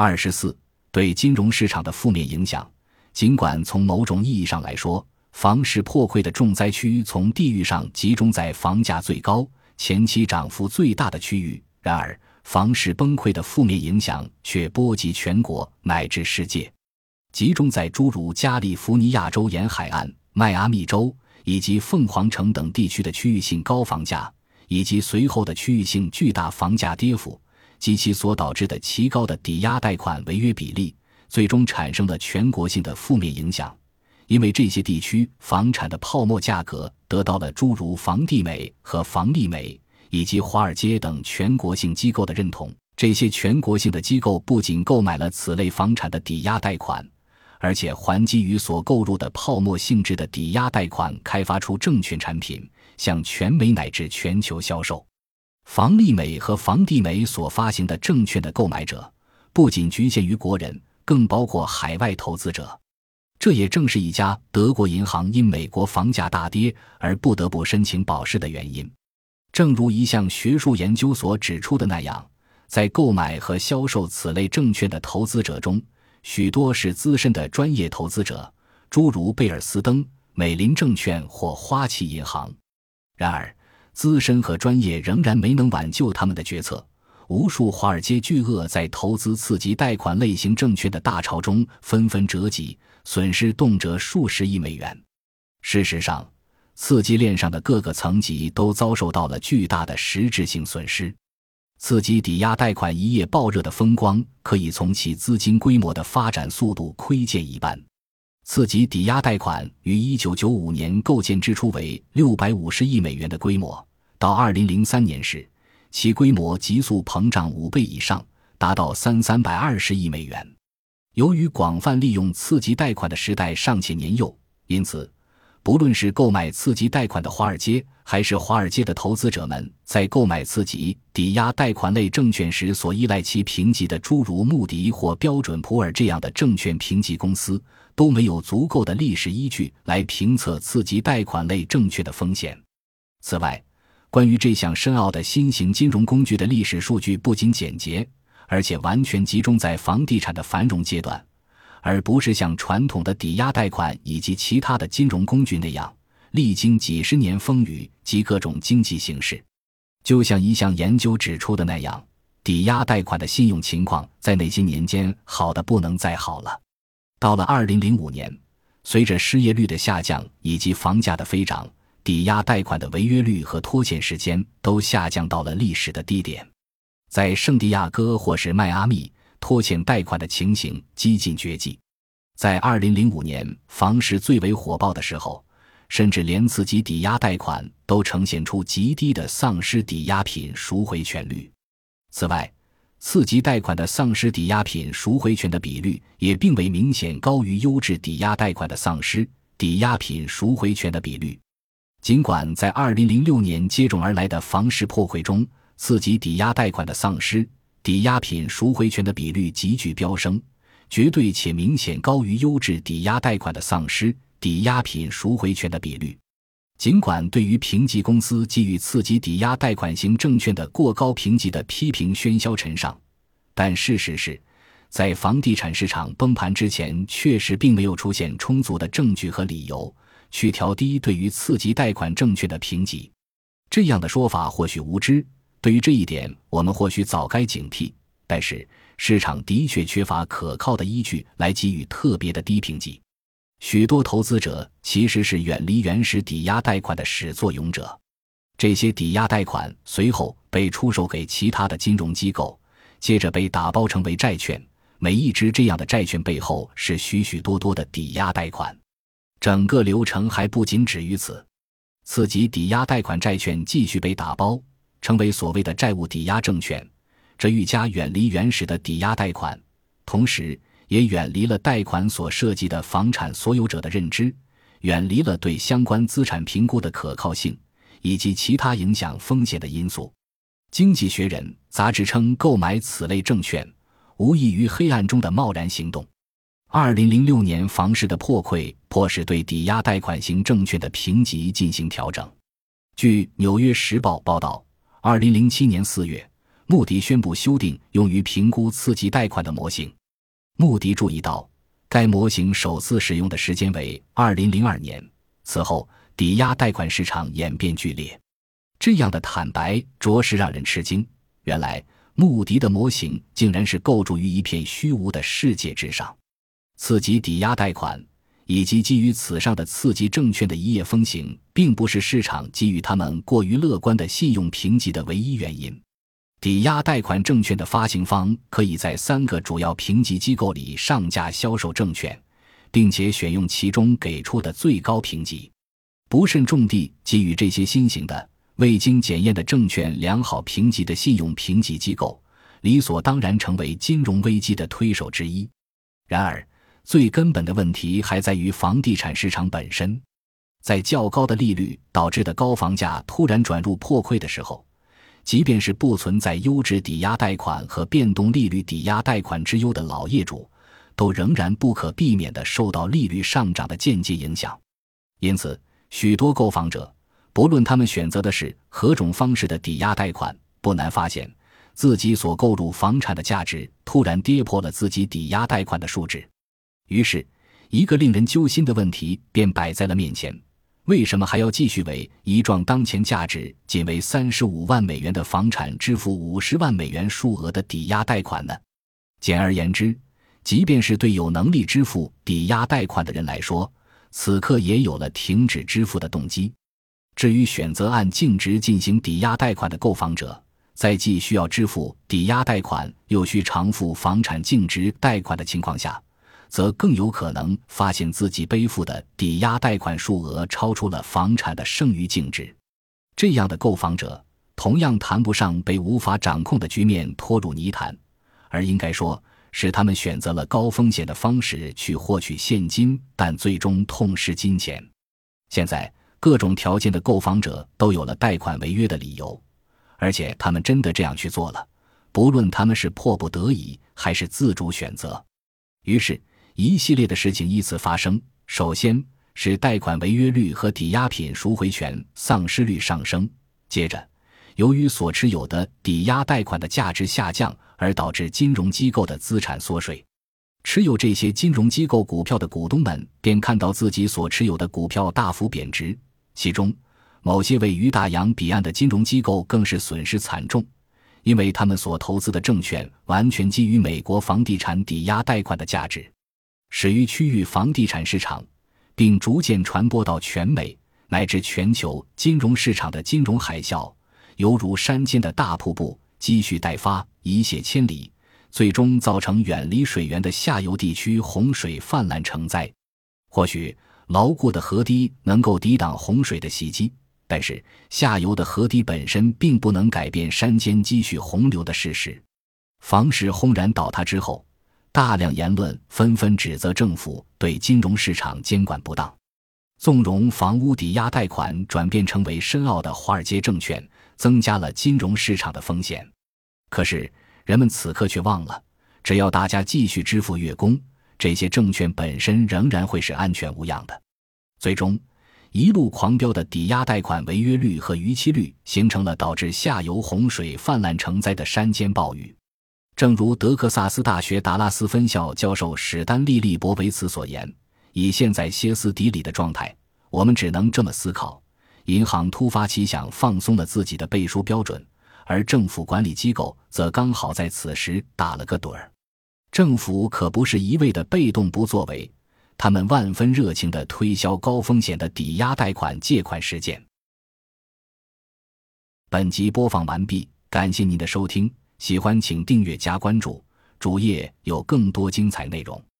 24对金融市场的负面影响。尽管从某种意义上来说，房市破溃的重灾区从地域上集中在房价最高、前期涨幅最大的区域，然而房市崩溃的负面影响却波及全国乃至世界，集中在诸如加利福尼亚州沿海岸、迈阿密州以及凤凰城等地区的区域性高房价，以及随后的区域性巨大房价跌幅及其所导致的奇高的抵押贷款违约比例，最终产生了全国性的负面影响。因为这些地区房产的泡沫价格得到了诸如房地美和房利美以及华尔街等全国性机构的认同，这些全国性的机构不仅购买了此类房产的抵押贷款，而且还基于所购入的泡沫性质的抵押贷款开发出证券产品，向全美乃至全球销售。房利美和房地美所发行的证券的购买者不仅局限于国人，更包括海外投资者。这也正是一家德国银行因美国房价大跌而不得不申请保释的原因。正如一项学术研究所指出的那样，在购买和销售此类证券的投资者中，许多是资深的专业投资者，诸如贝尔斯登、美林证券或花旗银行。然而，资深和专业仍然没能挽救他们的决策。无数华尔街巨鳄在投资刺激贷款类型证券的大潮中纷纷折戟，损失动辄数十亿美元。事实上，刺激链上的各个层级都遭受到了巨大的实质性损失。刺激抵押贷款一夜爆热的风光，可以从其资金规模的发展速度窥见一斑。刺激抵押贷款于1995年构建之初为650亿美元的规模，到2003年时，其规模急速膨胀5倍以上，达到320亿美元。由于广泛利用刺激贷款的时代尚且年幼，因此不论是购买刺激贷款的华尔街，还是华尔街的投资者们在购买刺激抵押贷款类证券时所依赖其评级的诸如穆迪或标准普尔这样的证券评级公司，都没有足够的历史依据来评测刺激贷款类证券的风险。此外，关于这项深奥的新型金融工具的历史数据不仅简洁，而且完全集中在房地产的繁荣阶段，而不是像传统的抵押贷款以及其他的金融工具那样历经几十年风雨及各种经济形势。就像一项研究指出的那样，抵押贷款的信用情况在那些年间好得不能再好了。到了2005年，随着失业率的下降以及房价的飞涨，抵押贷款的违约率和拖欠时间都下降到了历史的低点。在圣地亚哥或是迈阿密，拖欠贷款的情形几近绝迹。在2005年房市最为火爆的时候，甚至连刺激抵押贷款都呈现出极低的丧失抵押品赎回权率。此外，刺激贷款的丧失抵押品赎回权的比率也并未明显高于优质抵押贷款的丧失抵押品赎回权的比率。尽管在2006年接踵而来的房市破溃中，刺激抵押贷款的丧失抵押品赎回权的比率急剧飙升，绝对且明显高于优质抵押贷款的丧失抵押品赎回权的比率。尽管对于评级公司给予刺激抵押贷款型证券的过高评级的批评喧嚣尘上，但事实是，在房地产市场崩盘之前，确实并没有出现充足的证据和理由去调低对于刺激贷款证券的评级。这样的说法或许无知，对于这一点我们或许早该警惕，但是市场的确缺乏可靠的依据来给予特别的低评级。许多投资者其实是远离原始抵押贷款的始作俑者，这些抵押贷款随后被出售给其他的金融机构，接着被打包成为债券，每一只这样的债券背后是许许多多的抵押贷款。整个流程还不仅止于此，刺激抵押贷款债券继续被打包成为所谓的债务抵押证券，这愈加远离原始的抵押贷款，同时也远离了贷款所涉及的房产所有者的认知，远离了对相关资产评估的可靠性，以及其他影响风险的因素。经济学人杂志称，购买此类证券无异于黑暗中的贸然行动。2006年房市的破溃迫使对抵押贷款型证券的评级进行调整。据《纽约时报》报道，2007年4月， 穆迪宣布修订用于评估次级贷款的模型。穆迪注意到，该模型首次使用的时间为2002年，此后抵押贷款市场演变剧烈。这样的坦白着实让人吃惊，原来穆迪的模型竟然是构筑于一片虚无的世界之上。次级抵押贷款以及基于此上的次级证券的一夜风行，并不是市场给予他们过于乐观的信用评级的唯一原因。抵押贷款证券的发行方可以在3个主要评级机构里上架销售证券，并且选用其中给出的最高评级。不慎重地给予这些新型的未经检验的证券良好评级的信用评级机构，理所当然成为金融危机的推手之一。然而，最根本的问题还在于房地产市场本身。在较高的利率导致的高房价突然转入破溃的时候，即便是不存在优质抵押贷款和变动利率抵押贷款之优的老业主，都仍然不可避免地受到利率上涨的间接影响。因此，许多购房者，不论他们选择的是何种方式的抵押贷款，不难发现自己所购入房产的价值突然跌破了自己抵押贷款的数值。于是，一个令人揪心的问题便摆在了面前：为什么还要继续为一幢当前价值仅为35万美元的房产支付50万美元数额的抵押贷款呢？简而言之，即便是对有能力支付抵押贷款的人来说，此刻也有了停止支付的动机。至于选择按净值进行抵押贷款的购房者，在既需要支付抵押贷款又需偿付房产净值贷款的情况下，则更有可能发现自己背负的抵押贷款数额超出了房产的剩余净值。这样的购房者同样谈不上被无法掌控的局面拖入泥潭，而应该说是他们选择了高风险的方式去获取现金，但最终痛失金钱。现在各种条件的购房者都有了贷款违约的理由，而且他们真的这样去做了，不论他们是迫不得已还是自主选择。于是一系列的事情依次发生，首先是贷款违约率和抵押品赎回权丧失率上升，接着由于所持有的抵押贷款的价值下降而导致金融机构的资产缩水。持有这些金融机构股票的股东们便看到自己所持有的股票大幅贬值，其中某些位于大洋彼岸的金融机构更是损失惨重，因为他们所投资的证券完全基于美国房地产抵押贷款的价值。始于区域房地产市场，并逐渐传播到全美乃至全球金融市场的金融海啸，犹如山间的大瀑布，积蓄待发，一泻千里，最终造成远离水源的下游地区洪水泛滥成灾。或许牢固的河堤能够抵挡洪水的袭击，但是下游的河堤本身并不能改变山间积蓄洪流的事实。房市轰然倒塌之后，大量言论纷纷指责政府对金融市场监管不当，纵容房屋抵押贷款转变成为深奥的华尔街证券，增加了金融市场的风险。可是人们此刻却忘了，只要大家继续支付月供，这些证券本身仍然会是安全无恙的。最终，一路狂飙的抵押贷款违约率和逾期率形成了导致下游洪水泛滥成灾的山间暴雨。正如德克萨斯大学达拉斯分校教授史丹利·利伯维茨所言，以现在歇斯底里的状态，我们只能这么思考：银行突发奇想放松了自己的背书标准，而政府管理机构则刚好在此时打了个盹儿。政府可不是一味的被动不作为，他们万分热情地推销高风险的抵押贷款借款实践。本集播放完毕，感谢您的收听，喜欢请订阅加关注，主页有更多精彩内容。